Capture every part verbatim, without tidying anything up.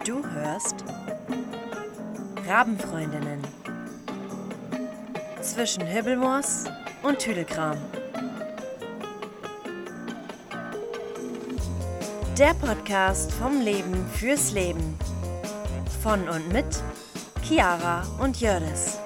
Du hörst Rabenfreundinnen zwischen Hibbelmoos und Tüdelkram. Der Podcast vom Leben fürs Leben. Von und mit Chiara und Jördis.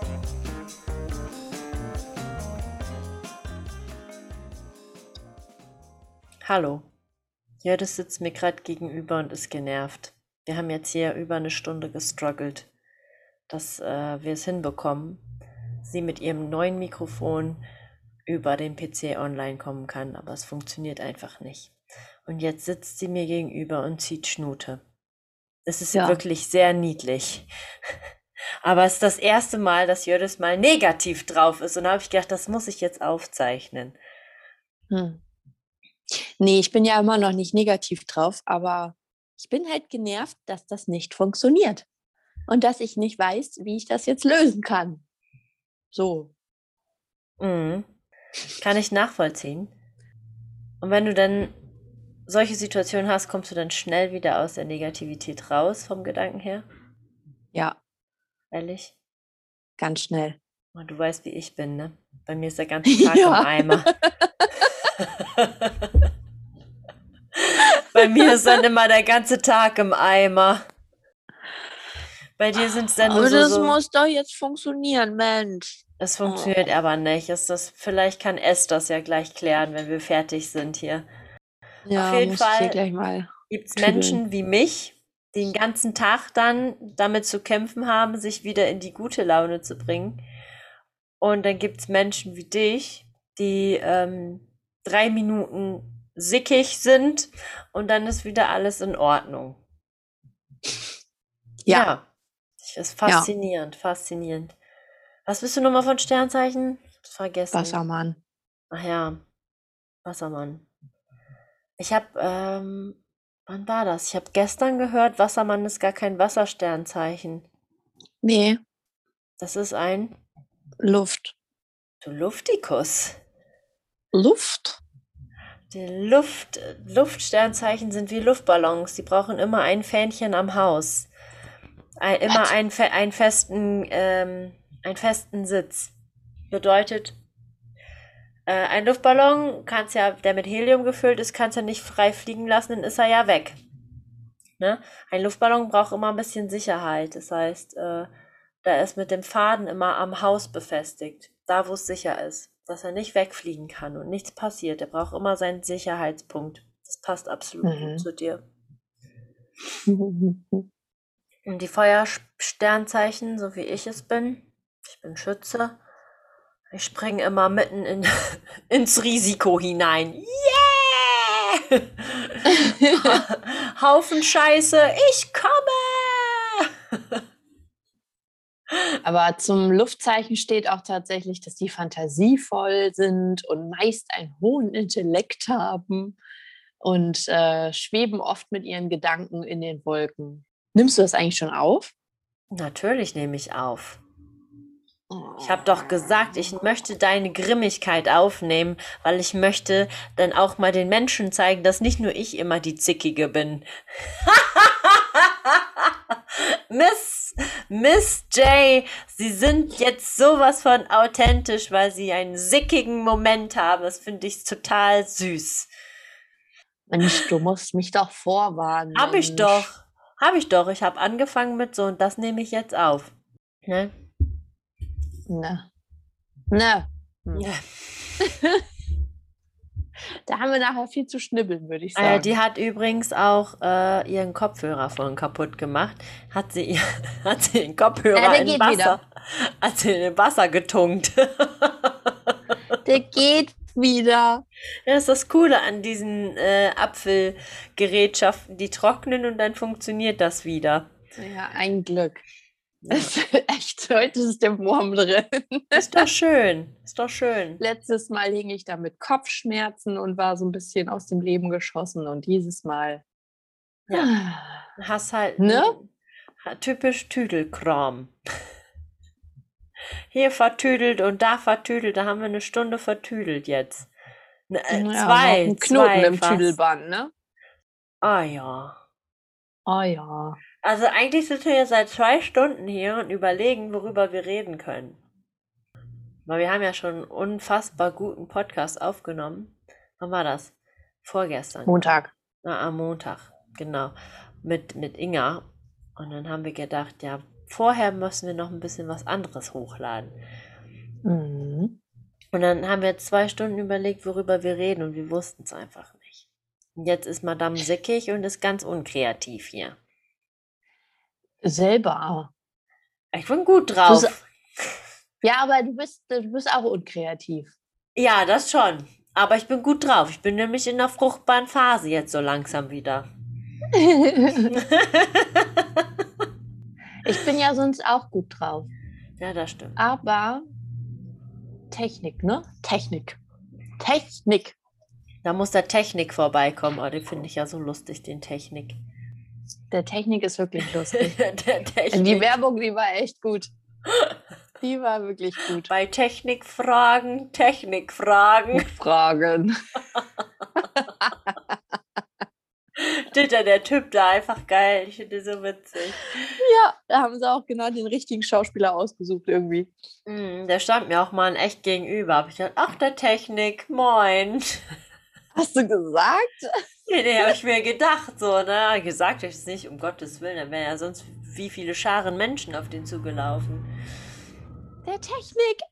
Hallo. Jördis sitzt mir gerade gegenüber und ist genervt. Wir haben jetzt hier über eine Stunde gestruggelt, dass äh, wir es hinbekommen, sie mit ihrem neuen Mikrofon über den P C online kommen kann, aber es funktioniert einfach nicht. Und jetzt sitzt sie mir gegenüber und zieht Schnute. Es ist Ja. wirklich sehr niedlich. Aber es ist das erste Mal, dass Jördis mal negativ drauf ist. Und da habe ich gedacht, das muss ich jetzt aufzeichnen. Hm. Nee, ich bin ja immer noch nicht negativ drauf, aber ich bin halt genervt, dass das nicht funktioniert. Und dass ich nicht weiß, wie ich das jetzt lösen kann. So. Mhm. Kann ich nachvollziehen. Und wenn du dann solche Situationen hast, kommst du dann schnell wieder aus der Negativität raus, vom Gedanken her? Ja, Ehrlich? ganz schnell. Und du weißt, wie ich bin, ne? Bei mir ist der ganze Tag Ja. im Eimer. Bei mir ist dann immer der ganze Tag im Eimer. Bei dir sind es dann nur Aber so, das so. muss doch jetzt funktionieren, Mensch. Es funktioniert aber nicht. Es das, vielleicht kann S das ja gleich klären, wenn wir fertig sind hier. Ja, Auf jeden muss ich hier Fall gleich mal. gibt es tüdeln. Menschen wie mich, die den ganzen Tag dann damit zu kämpfen haben, sich wieder in die gute Laune zu bringen. Und dann gibt es Menschen wie dich, die ähm, drei Minuten sickig sind und dann ist wieder alles in Ordnung. Ja. Ja, das ist faszinierend, faszinierend. Was bist du nochmal von Sternzeichen? Vergessen. Wassermann. Ach ja, Wassermann. Ich habe, ähm, wann war das? Ich habe gestern gehört, Wassermann ist gar kein Wassersternzeichen. Nee, Das ist ein Luft. du Luftikus. Luft? Die Luft, Luftsternzeichen sind wie Luftballons. Die brauchen immer ein Fähnchen am Haus. Ein, immer Was? einen, fe einen, festen, ähm, einen festen Sitz. Bedeutet, äh, ein Luftballon, kannst ja, der mit Helium gefüllt ist, kannst ja nicht frei fliegen lassen, dann ist er ja weg. Ne? Ein Luftballon braucht immer ein bisschen Sicherheit. Das heißt, äh, da ist mit dem Faden immer am Haus befestigt. Da, wo es sicher ist. Dass er nicht wegfliegen kann und nichts passiert. Er braucht immer seinen Sicherheitspunkt. Das passt absolut Mhm. gut zu dir. Und die Feuersternzeichen, so wie ich es bin, ich bin Schütze, ich springe immer mitten in, ins Risiko hinein. Yeah! Haufen Scheiße, ich komme! Aber zum Luftzeichen steht auch tatsächlich, dass die fantasievoll sind und meist einen hohen Intellekt haben und äh, schweben oft mit ihren Gedanken in den Wolken. Nimmst du das eigentlich schon auf? Natürlich nehme ich auf. Ich habe doch gesagt, ich möchte deine Grimmigkeit aufnehmen, weil ich möchte dann auch mal den Menschen zeigen, dass nicht nur ich immer die Zickige bin. Miss, Miss J, Sie sind jetzt sowas von authentisch, weil Sie einen sickigen Moment haben. Das finde ich total süß. Mensch, du musst mich doch vorwarnen. Hab ich Mensch. doch. Hab ich doch. Ich habe angefangen mit so und das nehme ich jetzt auf. Ne? Ne. Ne. Hm. Ja. Da haben wir nachher viel zu schnibbeln, würde ich Äh, sagen. die hat übrigens auch äh, ihren Kopfhörer vorhin kaputt gemacht. Hat sie, hat sie den Kopfhörer Ja, der in geht Wasser, wieder. hat sie in Wasser getunkt. Der geht wieder. Das ist das Coole an diesen äh, Apfelgerätschaften, die trocknen und dann funktioniert das wieder. Ja, ein Glück. Ja. Echt, heute ist der Wurm drin. Ist doch schön, ist doch schön. Letztes Mal hing ich da mit Kopfschmerzen und war so ein bisschen aus dem Leben geschossen. Und dieses Mal. Ja. Hast halt Ne? n- typisch Tüdelkram. Hier vertüdelt und da vertüdelt. Da haben wir eine Stunde vertüdelt jetzt. Ne, äh, Ja, zwei, noch ein Knoten zwei im fast. Tüdelband, ne? Ah ja. Oh ja. Also eigentlich sind wir ja seit zwei Stunden hier und überlegen, worüber wir reden können. Weil wir haben ja schon einen unfassbar guten Podcast aufgenommen. Wann war das? Vorgestern. Montag. Na, am Montag, genau. Mit, mit Inga. Und dann haben wir gedacht, ja, vorher müssen wir noch ein bisschen was anderes hochladen. Mhm. Und dann haben wir zwei Stunden überlegt, worüber wir reden und wir wussten es einfach nicht. Und jetzt ist Madame sickig und ist ganz unkreativ hier. Selber. Ich bin gut Du drauf. sa- Ja, aber du bist, du bist auch unkreativ. Ja, das schon. Aber ich bin gut drauf. Ich bin nämlich in der fruchtbaren Phase jetzt so langsam wieder. Ich bin ja sonst auch gut drauf. Ja, das stimmt. Aber Technik, ne? Technik. Technik. Da muss der Technik vorbeikommen. Oh, den finde ich ja so lustig, den Technik. Der Technik ist wirklich lustig. der Technik. Die Werbung, die war echt gut. Die war wirklich gut. Bei Technikfragen, Technikfragen. Fragen. Der, der Typ da, einfach geil. Ich finde den so witzig. Ja, da haben sie auch genau den richtigen Schauspieler ausgesucht irgendwie. Mm, der stand mir auch mal in echt gegenüber. Hab ich gedacht, ach, der Technik, moin. Hast du gesagt? Nee, nee, habe ich mir gedacht, so, ne? Gesagt habe ich es nicht, um Gottes Willen. Da wären ja sonst wie viele Scharen Menschen auf den zugelaufen. Der Technik.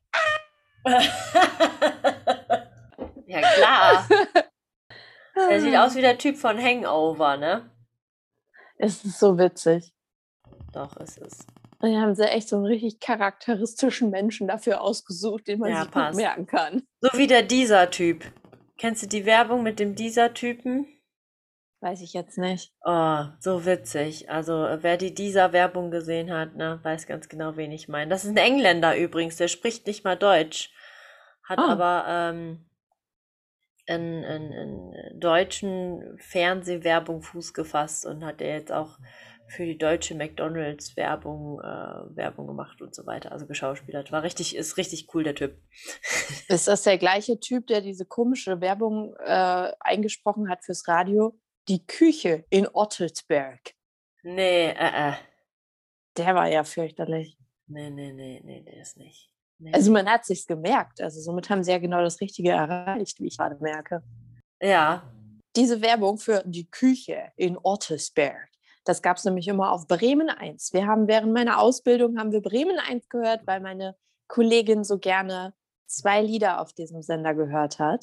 Ja, klar. Der sieht aus wie der Typ von Hangover, ne? Es ist so witzig. Doch, es ist. Da haben sie echt so einen richtig charakteristischen Menschen dafür ausgesucht, den man Ja, sich passt. gut merken kann. So wie der Dieser-Typ. Kennst du die Werbung mit dem Dieser-Typen? Weiß ich jetzt nicht. Oh, so witzig. Also, wer die Dieser-Werbung gesehen hat, ne, weiß ganz genau, wen ich meine. Das ist ein Engländer übrigens, der spricht nicht mal Deutsch. Hat Ah. aber ähm, in, in, in deutschen Fernsehwerbung Fuß gefasst und hat er jetzt auch für die deutsche McDonalds Werbung äh, Werbung gemacht und so weiter, also geschauspielert. War richtig, ist richtig cool, der Typ. Ist das der gleiche Typ, der diese komische Werbung äh, eingesprochen hat fürs Radio? Die Küche in Ottelsberg. Nee, äh, äh. Der war ja fürchterlich. Nee, nee, nee, nee, der ist nicht. Nee. Also man hat sich's gemerkt. Also somit haben sie ja genau das Richtige erreicht, wie ich gerade merke. Ja. Diese Werbung für die Küche in Ottelsberg, das gab es nämlich immer auf Bremen eins. Wir haben während meiner Ausbildung haben wir Bremen eins gehört, weil meine Kollegin so gerne zwei Lieder auf diesem Sender gehört hat.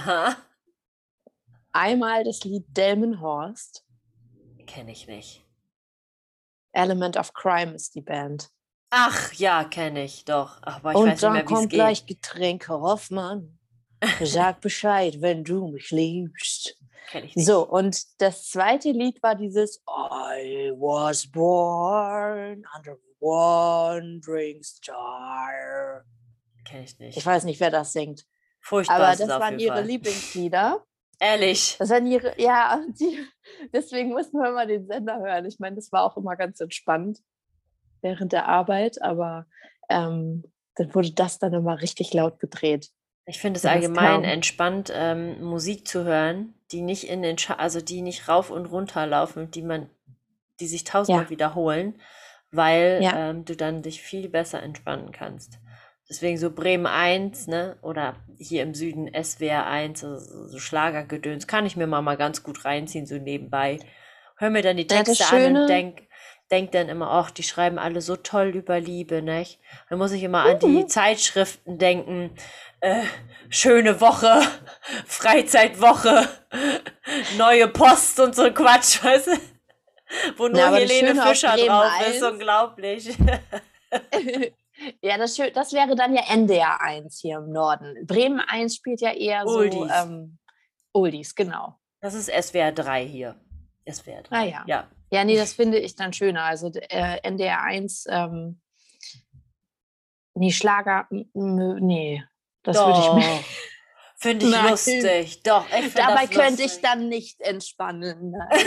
Einmal das Lied Delmenhorst. Kenne ich nicht. Element of Crime ist die Band. Ach ja, kenne ich doch. Aber ich Und weiß nicht dann mehr, wie es kommt geht. gleich Getränke Hoffmann. Sag Bescheid, wenn du mich liebst. Kenn ich nicht. So, und das zweite Lied war dieses I was born under a wandering star. Kenn ich nicht. Ich weiß nicht, wer das singt. Furchtbar Aber ist es das auf waren jeden ihre Fall. Lieblingslieder. Ehrlich. Das waren ihre, ja, die, deswegen mussten wir immer den Sender hören. Ich meine, das war auch immer ganz entspannt während der Arbeit, aber ähm, dann wurde das dann immer richtig laut gedreht. Ich finde es Wenn das allgemein kam. entspannt, ähm, Musik zu hören, die nicht in den Scha also die nicht rauf und runter laufen, die man, die sich tausendmal Ja. wiederholen, weil Ja. ähm, du dann dich viel besser entspannen kannst. Deswegen so Bremen eins, ne? Oder hier im Süden S W R eins, also so Schlagergedöns, kann ich mir mal, mal ganz gut reinziehen, so nebenbei. Hör mir dann die Ja, das Texte an Schöne- und denk, denk dann immer, ach, die schreiben alle so toll über Liebe, nicht? Dann muss ich immer an die Mhm. Zeitschriften denken, äh, schöne Woche, Freizeitwoche, neue Post und so Quatsch, weißt du? Wo nur Ja, aber das Helene Schöne auf Fischer Bremen drauf ist, eins unglaublich. Ja, das, schö- das wäre dann ja N D R eins hier im Norden. Bremen eins spielt ja eher Oldies. so ähm, Oldies, genau. Das ist S W R drei hier. S W R drei. Ah ja. Ja. Ja, nee, das finde ich dann schöner. Also d- äh, N D R eins, ähm, nee, Schlager, m- m- nee, das würde ich mir... Doch. Finde ich Nein. lustig. Doch, ich find Dabei das könnte ich lustig. dann nicht entspannen. Nein.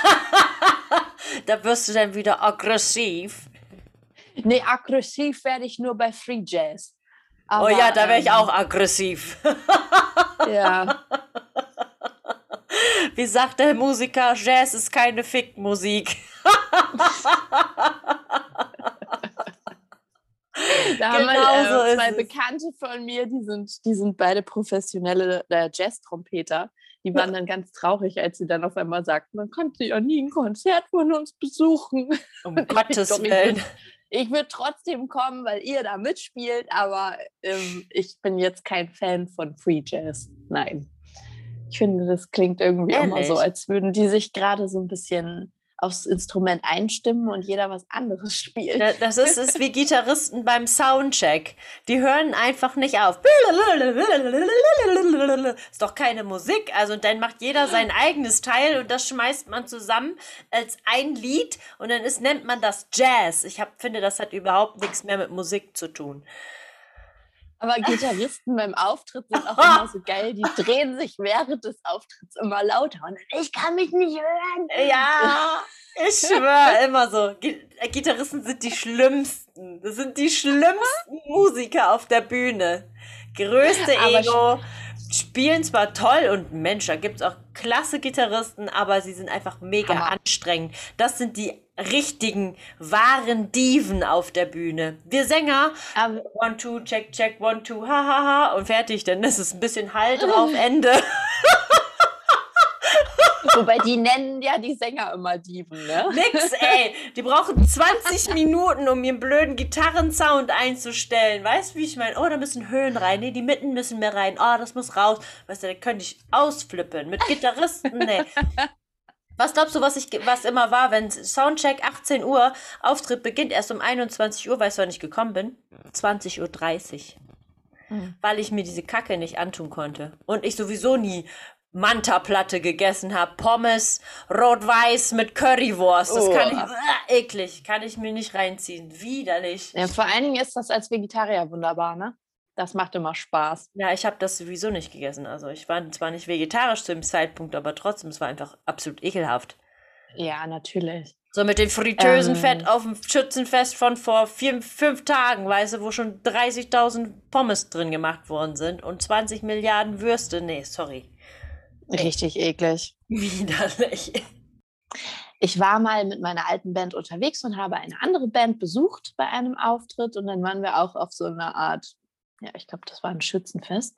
Da wirst du dann wieder aggressiv. Nee, aggressiv werde ich nur bei Free Jazz. Oh Aber, ja, da wäre ich ähm, auch aggressiv. Ja, Wie sagt der Musiker, Jazz ist keine Fickmusik. Da haben Genau wir, so äh, ist zwei es. Bekannte von mir, die sind, die sind beide professionelle äh, Jazz-Trompeter. Die waren dann ganz traurig, als sie dann auf einmal sagten, man konnte ja nie ein Konzert von uns besuchen. Um Und ich, Gottes doch, ich Willen. würde ich würd trotzdem kommen, weil ihr da mitspielt, aber ähm, ich bin jetzt kein Fan von Free Jazz. Nein. Ich finde, das klingt irgendwie immer so, Ehrlich. als würden die sich gerade so ein bisschen aufs Instrument einstimmen und jeder was anderes spielt. Da- Das ist, ist wie Gitarristen beim Soundcheck. Die hören einfach nicht auf. Ist doch keine Musik. Also dann macht jeder sein eigenes Teil und das schmeißt man zusammen als ein Lied und dann ist, nennt man das Jazz. Ich hab, finde, das hat überhaupt nichts mehr mit Musik zu tun. Aber Gitarristen beim Auftritt sind auch immer so geil. Die drehen sich während des Auftritts immer lauter. Und dann, ich kann mich nicht hören. Ja, ich schwöre immer so. Gi- Gitarristen sind die schlimmsten. Das sind die schlimmsten Musiker auf der Bühne. Größte Aber Ego. Spielen zwar toll und Mensch, da gibt es auch klasse Gitarristen, aber sie sind einfach mega Hammer. anstrengend. Das sind die richtigen, wahren Diven auf der Bühne. Wir Sänger, Aber, one, two, check, check, one, two, ha, ha, ha und fertig. Dann ist es ein bisschen Halt drauf, Ende. wobei die nennen ja die Sänger immer Diven, ne? Nix, ey. Die brauchen zwanzig Minuten, um ihren blöden Gitarrensound einzustellen. Weißt du, wie ich meine? Oh, da müssen Höhen rein. Nee, die Mitten müssen mehr rein. Oh, das muss raus. Weißt du, da könnte ich ausflippen. Mit Gitarristen, nee. Was glaubst du, was ich, was immer war, wenn Soundcheck achtzehn Uhr, Auftritt beginnt erst um einundzwanzig Uhr, weißt du, wann ich gekommen bin? zwanzig Uhr dreißig. Mhm. Weil ich mir diese Kacke nicht antun konnte. Und ich sowieso nie Manta-Platte gegessen habe. Pommes, rot-weiß mit Currywurst. Das Oh. kann ich, äh, eklig, kann ich mir nicht reinziehen. Widerlich. Ja, vor allen Dingen ist das als Vegetarier wunderbar, ne? Das macht immer Spaß. Ja, ich habe das sowieso nicht gegessen. Also ich war zwar nicht vegetarisch zu dem Zeitpunkt, aber trotzdem, es war einfach absolut ekelhaft. Ja, natürlich. So mit dem Fritösenfett Ähm. auf dem Schützenfest von vor vier, fünf Tagen, weißt du, wo schon dreißigtausend Pommes drin gemacht worden sind und zwanzig Milliarden Würste. Nee, sorry. Richtig eklig. Widerlich. Ich war mal mit meiner alten Band unterwegs und habe eine andere Band besucht bei einem Auftritt und dann waren wir auch auf so einer Art, ja, ich glaube, das war ein Schützenfest.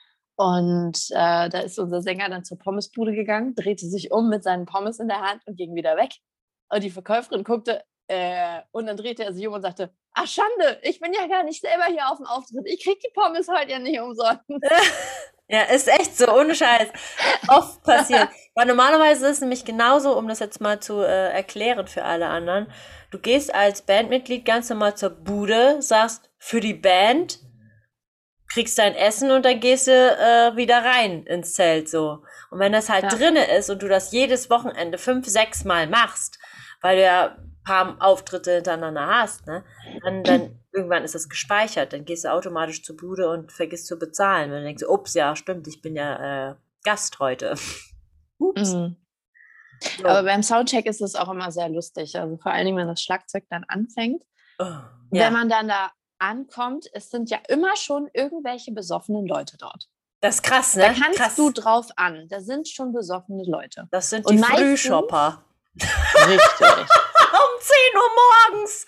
Und äh, da ist unser Sänger dann zur Pommesbude gegangen, drehte sich um mit seinen Pommes in der Hand und ging wieder weg. Und die Verkäuferin guckte äh, und dann drehte er sich um und sagte, ach Schande, ich bin ja gar nicht selber hier auf dem Auftritt. Ich krieg die Pommes heute ja nicht umsonst. Ja, ist echt so, ohne Scheiß. Oft passiert. Weil normalerweise ist es nämlich genauso, um das jetzt mal zu äh, erklären für alle anderen. Du gehst als Bandmitglied ganz normal zur Bude, sagst für die Band, kriegst dein Essen und dann gehst du äh, wieder rein ins Zelt so. Und wenn das halt Ja. drinne ist und du das jedes Wochenende fünf, sechs Mal machst, weil du ja ein paar Auftritte hintereinander hast, ne, dann, dann irgendwann ist das gespeichert. Dann gehst du automatisch zur Bude und vergisst zu bezahlen. Wenn du denkst, ups, ja, stimmt, ich bin ja äh, Gast heute. Ups. Mhm. So. Aber beim Soundcheck ist es auch immer sehr lustig. Also vor allen Dingen, wenn das Schlagzeug dann anfängt. Oh, Wenn ja, man dann da ankommt, es sind ja immer schon irgendwelche besoffenen Leute dort. das ist krass, Da ne? kannst Krass. du drauf an. Da sind schon besoffene Leute. Das sind Und die meistens- Frühshopper. Richtig. Um zehn Uhr morgens.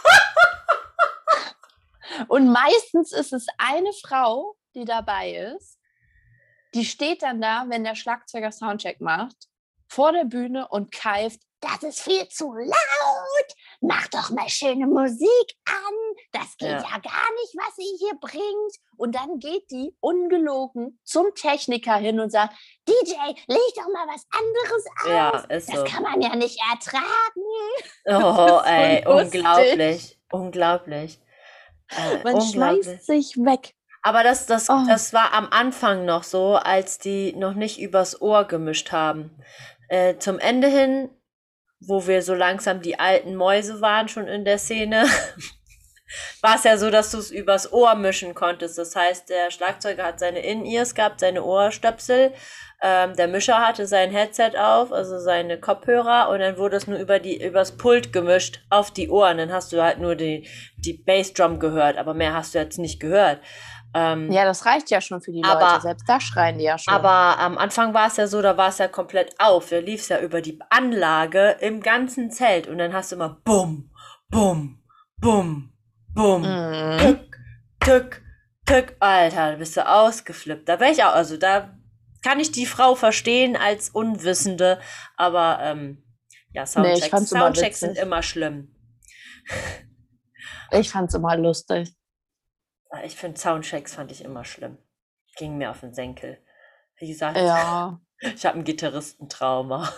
Und meistens ist es eine Frau, die dabei ist, die steht dann da, wenn der Schlagzeuger Soundcheck macht, vor der Bühne und keift, das ist viel zu laut, mach doch mal schöne Musik an, das geht Ja. ja, gar nicht, was ihr hier bringt. Und dann geht die ungelogen zum Techniker hin und sagt, D J, leg doch mal was anderes auf. Ja, ist Das so. kann man ja nicht ertragen. Oh, ist so ey, lustig. unglaublich. Unglaublich. Äh, Man unglaublich. schmeißt sich weg. Aber das, das, Oh. das war am Anfang noch so, als die noch nicht übers Ohr gemischt haben. Äh, zum Ende hin, wo wir so langsam die alten Mäuse waren schon in der Szene, war es ja so, dass du es übers Ohr mischen konntest. Das heißt, der Schlagzeuger hat seine In-Ears gehabt, seine Ohrstöpsel, ähm, der Mischer hatte sein Headset auf, also seine Kopfhörer, und dann wurde es nur über die, übers Pult gemischt auf die Ohren. Dann hast du halt nur die, die Bassdrum gehört, aber mehr hast du jetzt nicht gehört. Ähm, Ja, das reicht ja schon für die aber, Leute. Selbst da schreien die ja schon. aber am Anfang war es ja so, da war es ja komplett auf. Da lief es ja über die Anlage im ganzen Zelt. Und dann hast du immer Bum, Bum, Bum, Bum, Mhm. Tück, Tück, Tück. Alter, da bist du ausgeflippt. Da wäre ich auch, also da kann ich die Frau verstehen als Unwissende. Aber ähm, ja, Nee, ich Soundchecks. fand's immer Soundchecks sind witzig. immer schlimm. Ich fand's immer lustig. Ich finde Soundchecks fand ich immer schlimm. Ging mir auf den Senkel. Wie gesagt, Ja. ich habe ein Gitarristentrauma.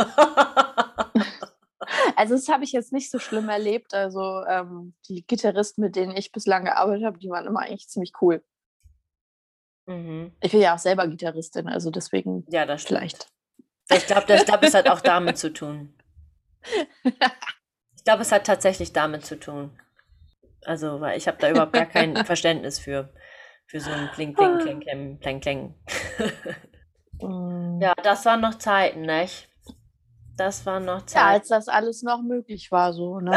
Also das habe ich jetzt nicht so schlimm erlebt. Also ähm, die Gitarristen, mit denen ich bislang gearbeitet habe, die waren immer eigentlich ziemlich cool. Mhm. Ich bin ja auch selber Gitarristin, also deswegen Ja, das stimmt. vielleicht. Ich glaube, das, ich glaub, es hat auch damit zu tun. Ich glaube, es hat tatsächlich damit zu tun. Also, weil ich habe da überhaupt gar kein Verständnis für. Für so ein Pling, Pling, Kling, Kling, Pling, Kling. Mm. Ja, das waren noch Zeiten, nicht? Das waren noch Ja, Zeiten. als das alles noch möglich war, so, ne?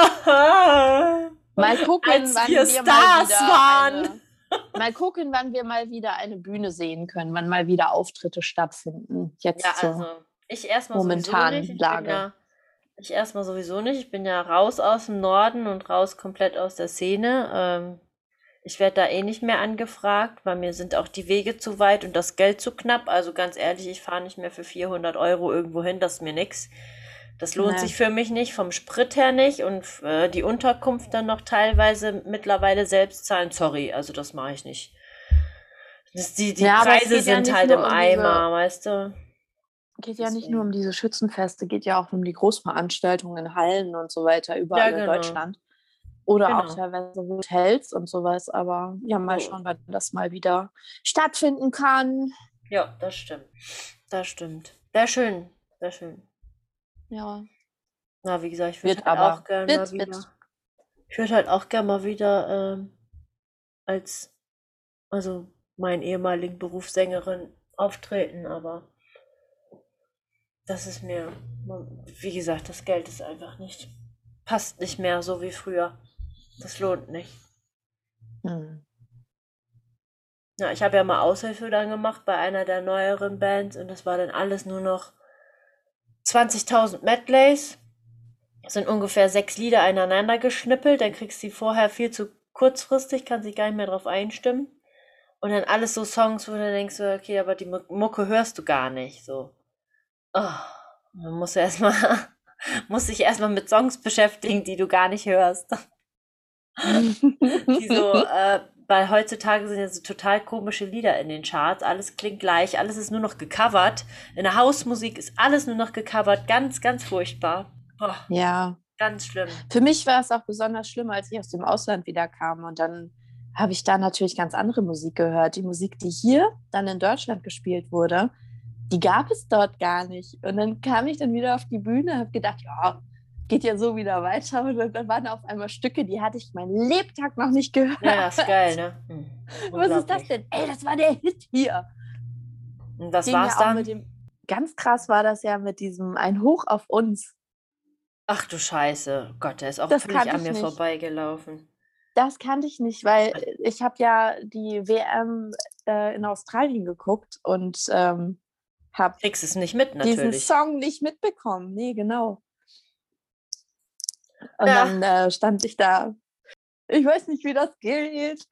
Mal gucken, Als wann wir wir mal Stars wieder waren. eine, mal gucken, wann wir mal wieder eine Bühne sehen können, wann mal wieder Auftritte stattfinden. Jetzt Ja, zur also ich erstmal sowieso momentanen nicht. Ich bin Lage. ja, ich erstmal sowieso nicht. Ich bin ja raus aus dem Norden und raus komplett aus der Szene. Ähm, ich werde da eh nicht mehr angefragt, weil mir sind auch die Wege zu weit und das Geld zu knapp. Also ganz ehrlich, ich fahre nicht mehr für vierhundert Euro irgendwo hin, das ist mir nix. Das lohnt Nee. sich für mich nicht, vom Sprit her nicht und äh, die Unterkunft dann noch teilweise mittlerweile selbst zahlen. Sorry, also das mache ich nicht. Das, die die Ja, aber es Preise geht ja sind nicht halt nur im um Eimer, diese, weißt du? geht ja nicht Deswegen. nur um diese Schützenfeste, geht ja auch um die Großveranstaltungen in Hallen und so weiter, überall Ja, in genau. Deutschland. Oder auch Genau. teilweise Hotels und sowas. Aber ja, mal Oh. schauen, wann das mal wieder stattfinden kann. Ja, das stimmt. Das stimmt. Wäre schön. Wäre schön. Ja, Na, wie gesagt, ich würde wird halt aber. auch gerne Wird, mal wird. wieder. Ich würde halt auch gerne mal wieder ähm, als, also meinen ehemaligen Berufssängerin auftreten, aber das ist mir, wie gesagt, das Geld ist einfach nicht, passt nicht mehr so wie früher. Das lohnt nicht. Hm. Ja, ich habe ja mal Aushilfe dann gemacht bei einer der neueren Bands und das war dann alles nur noch zwanzigtausend Medleys. Das sind ungefähr sechs Lieder aneinander geschnippelt, dann kriegst du die vorher viel zu kurzfristig, kannst dich gar nicht mehr drauf einstimmen. Und dann alles so Songs, wo du denkst, so, okay, aber die Mu- Mucke hörst du gar nicht. So. Oh, man muss ja erstmal, muss sich erstmal mit Songs beschäftigen, die du gar nicht hörst. Die so, äh, weil heutzutage sind ja so total komische Lieder in den Charts. Alles klingt gleich, alles ist nur noch gecovert. In der Hausmusik ist alles nur noch gecovert. Ganz, ganz furchtbar. Oh, Ja, ganz schlimm. für mich war es auch besonders schlimm, als ich aus dem Ausland wieder kam. Und dann habe ich da natürlich ganz andere Musik gehört. Die Musik, die hier dann in Deutschland gespielt wurde, die gab es dort gar nicht. Und dann kam ich dann wieder auf die Bühne, habe gedacht, ja, geht ja so wieder weiter. Und dann waren auf einmal Stücke, die hatte ich meinen Lebtag noch nicht gehört. Ja, das ist geil, ne? Hm, Was ist das unglaublich. denn? Ey, das war der Hit hier. Und das Ging war's ja auch dann? mit dem, ganz krass war das ja mit diesem Ein Hoch auf uns. Ach du Scheiße. Gott, der ist auch Das völlig kannte an ich mir nicht. vorbeigelaufen. Das kannte ich nicht, weil ich habe ja die W M äh, in Australien geguckt und ähm, habe Kriegst es nicht mit, diesen natürlich. Song nicht mitbekommen. Nee, genau. Und Ja. dann äh, stand ich da. Ich weiß nicht, wie das geht.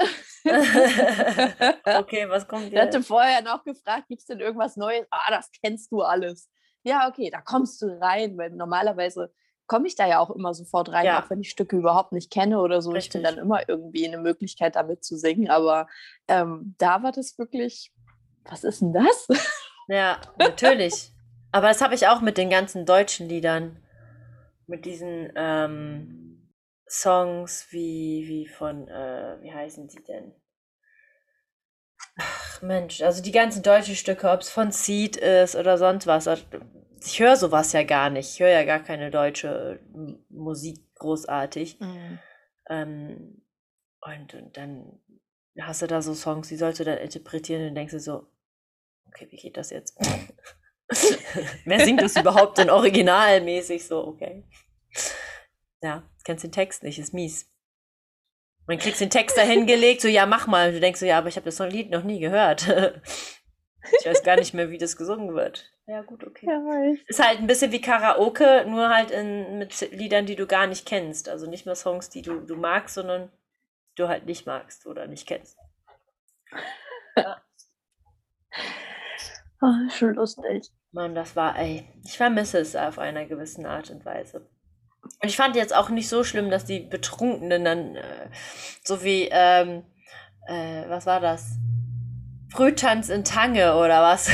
Okay, was kommt Ich jetzt? hatte vorher noch gefragt, gibt es denn irgendwas Neues? Ah, das kennst du alles. Ja, okay, da kommst du rein, weil normalerweise komme ich da ja auch immer sofort rein, Ja. auch wenn ich Stücke überhaupt nicht kenne oder so. Ich Richtig. finde dann immer irgendwie eine Möglichkeit, damit zu singen. Aber ähm, da war das wirklich, was ist denn das? Ja, natürlich. Aber das habe ich auch mit den ganzen deutschen Liedern. Mit diesen ähm, Songs wie, wie von, äh, wie heißen die denn? Ach Mensch, also die ganzen deutschen Stücke, ob es von Seed ist oder sonst was. Ich höre sowas ja gar nicht. Ich höre ja gar keine deutsche äh, Musik großartig. Mhm. Ähm, und, und dann hast du da so Songs, die sollst du dann interpretieren und denkst du so, okay, wie geht das jetzt? Wer singt das überhaupt denn originalmäßig so? Okay. Ja, kennst den Text nicht, ist mies. dann kriegst du den Text da hingelegt, so, ja, mach mal. Du denkst so, ja, aber ich habe das Lied noch nie gehört. Ich weiß gar nicht mehr, wie das gesungen wird. Ja, gut, okay. Ja, ich. Ist halt ein bisschen wie Karaoke, nur halt in, mit Liedern, die du gar nicht kennst. Also nicht mehr Songs, die du, du magst, sondern die du halt nicht magst oder nicht kennst. Ja. Oh, schon lustig. Mann, das war, ey, ich vermisse es auf einer gewissen Art und Weise. Und ich fand jetzt auch nicht so schlimm, dass die Betrunkenen dann, äh, so wie, ähm, äh, was war das? Frühtanz in Tange oder was?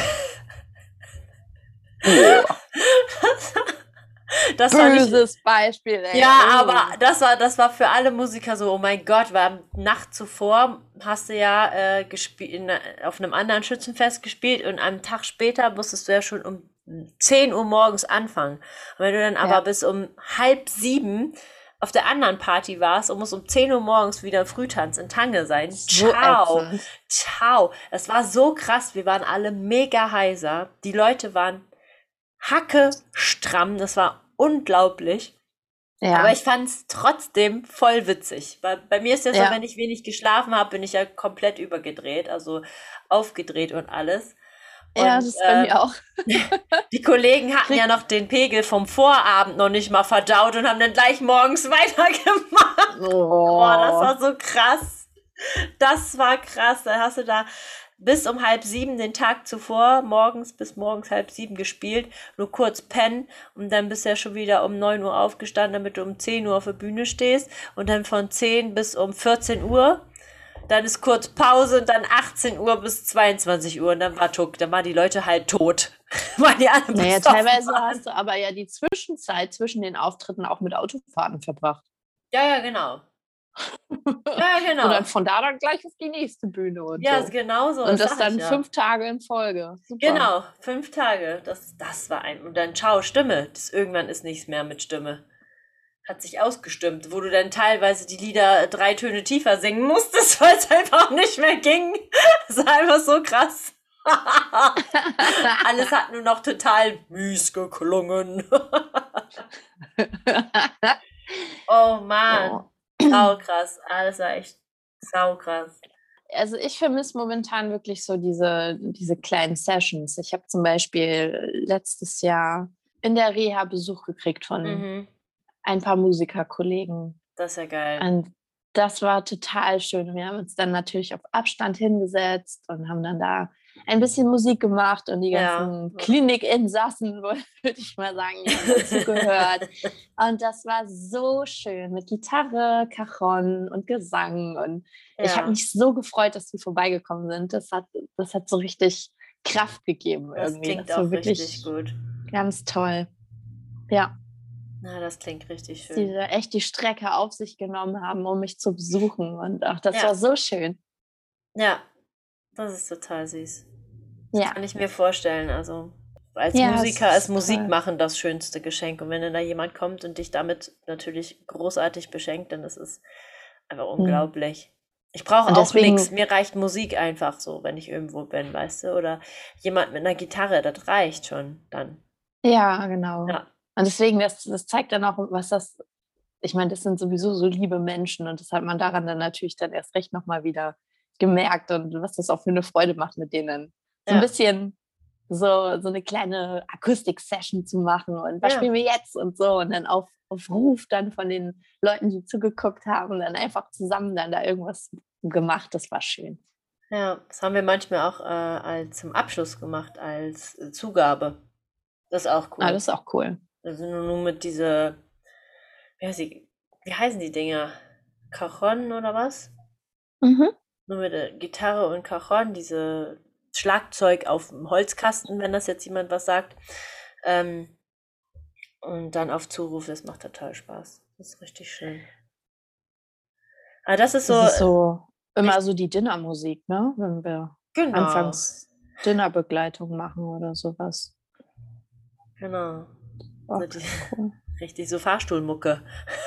Das war nicht, Böses Beispiel, ey. ja, Oh. aber das war, das war für alle Musiker so, oh mein Gott, weil Nacht zuvor hast du ja äh, gespielt, auf einem anderen Schützenfest gespielt und am Tag später musstest du ja schon um zehn Uhr morgens anfangen. Und wenn du dann aber Ja. bis um halb sieben auf der anderen Party warst und musst um zehn Uhr morgens wieder im Frühtanz in Tange sein. So Ciao. ätzend. Ciao. Das war so krass. Wir waren alle mega heiser. Die Leute waren hacke stramm. Das war unglaublich. Ja. Aber ich fand es trotzdem voll witzig. Weil bei mir ist ja so, Ja. wenn ich wenig geschlafen habe, bin ich ja komplett übergedreht, also aufgedreht und alles. Und, ja, das ist bei ähm, mir auch. die Kollegen hatten ja noch den Pegel vom Vorabend noch nicht mal verdaut und haben dann gleich morgens weitergemacht. Oh. Boah, das war so krass. Das war krass. Da hast du da bis um halb sieben den Tag zuvor, morgens bis morgens halb sieben gespielt, nur kurz pennen und dann bist du ja schon wieder um neun Uhr aufgestanden, damit du um zehn Uhr auf der Bühne stehst und dann von zehn bis um vierzehn Uhr. Dann ist kurz Pause und dann achtzehn Uhr bis zweiundzwanzig Uhr und dann war Tuck, dann waren die Leute halt tot. Weil die alle Naja, besoffen teilweise waren. hast du aber ja die Zwischenzeit zwischen den Auftritten auch mit Autofahrten verbracht. Ja, ja, genau. Ja, genau. Und dann von da dann gleich auf die nächste Bühne und Ja, so. genau so. Und das sag dann ich ja. fünf Tage in Folge. Super. Genau, fünf Tage. Das, das war ein. Und dann ciao, Stimme. Das, irgendwann ist nichts mehr mit Stimme. Hat sich ausgestimmt, wo du dann teilweise die Lieder drei Töne tiefer singen musstest, weil es einfach nicht mehr ging. Das war einfach so krass. Alles hat nur noch total mies geklungen. Oh Mann. Oh. Saukrass. Alles war echt saukrass. Also ich vermisse momentan wirklich so diese, diese kleinen Sessions. Ich habe zum Beispiel letztes Jahr in der Reha Besuch gekriegt von Mhm. ein paar Musikerkollegen. Das ist ja geil. Und das war total schön. Wir haben uns dann natürlich auf Abstand hingesetzt und haben dann da ein bisschen Musik gemacht und die Ja. ganzen Klinikinsassen, würde ich mal sagen, die haben dazu gehört. Und das war so schön mit Gitarre, Cajon und Gesang. Und ich Ja. habe mich so gefreut, dass die vorbeigekommen sind. Das hat, das hat so richtig Kraft gegeben Das irgendwie. klingt das war auch wirklich richtig gut. ganz toll. Ja. Na, das klingt richtig Dass schön. die da echt die Strecke auf sich genommen haben, um mich zu besuchen. Und ach, das Ja. war so schön. Ja, das ist total süß. Das Ja. kann ich mir vorstellen. Also als Ja, Musiker es ist ist Musik toll. machen das schönste Geschenk. Und wenn dann da jemand kommt und dich damit natürlich großartig beschenkt, dann ist es einfach unglaublich. Ich brauche Und auch deswegen- nichts. Mir reicht Musik einfach so, wenn ich irgendwo bin, weißt du? Oder jemand mit einer Gitarre, das reicht schon dann. Ja, genau. Ja. Und deswegen, das, das zeigt dann auch, was das, ich meine, das sind sowieso so liebe Menschen und das hat man daran dann natürlich dann erst recht nochmal wieder gemerkt und was das auch für eine Freude macht, mit denen so Ja. ein bisschen so, so eine kleine Akustik-Session zu machen und was Ja. spielen wir jetzt und so und dann auf, auf Ruf dann von den Leuten, die zugeguckt haben, dann einfach zusammen dann da irgendwas gemacht. Das war schön. Ja, das haben wir manchmal auch äh, als zum Abschluss gemacht, als äh, Zugabe. Das ist auch cool. Ah, das ist auch cool. Also nur, nur mit diese, wie, heißt die, wie heißen die Dinger? Cajon oder was? Mhm. Nur mit der Gitarre und Cajon, diese Schlagzeug auf dem Holzkasten, wenn das jetzt jemand was sagt. Ähm, und dann auf Zuruf, das macht total Spaß. Das ist richtig schön. Aber das ist so, Das ist so immer so die Dinnermusik, ne? Wenn wir genau, anfangs Dinnerbegleitung machen oder sowas. genau. Auch So die, cool. richtig so Fahrstuhlmucke.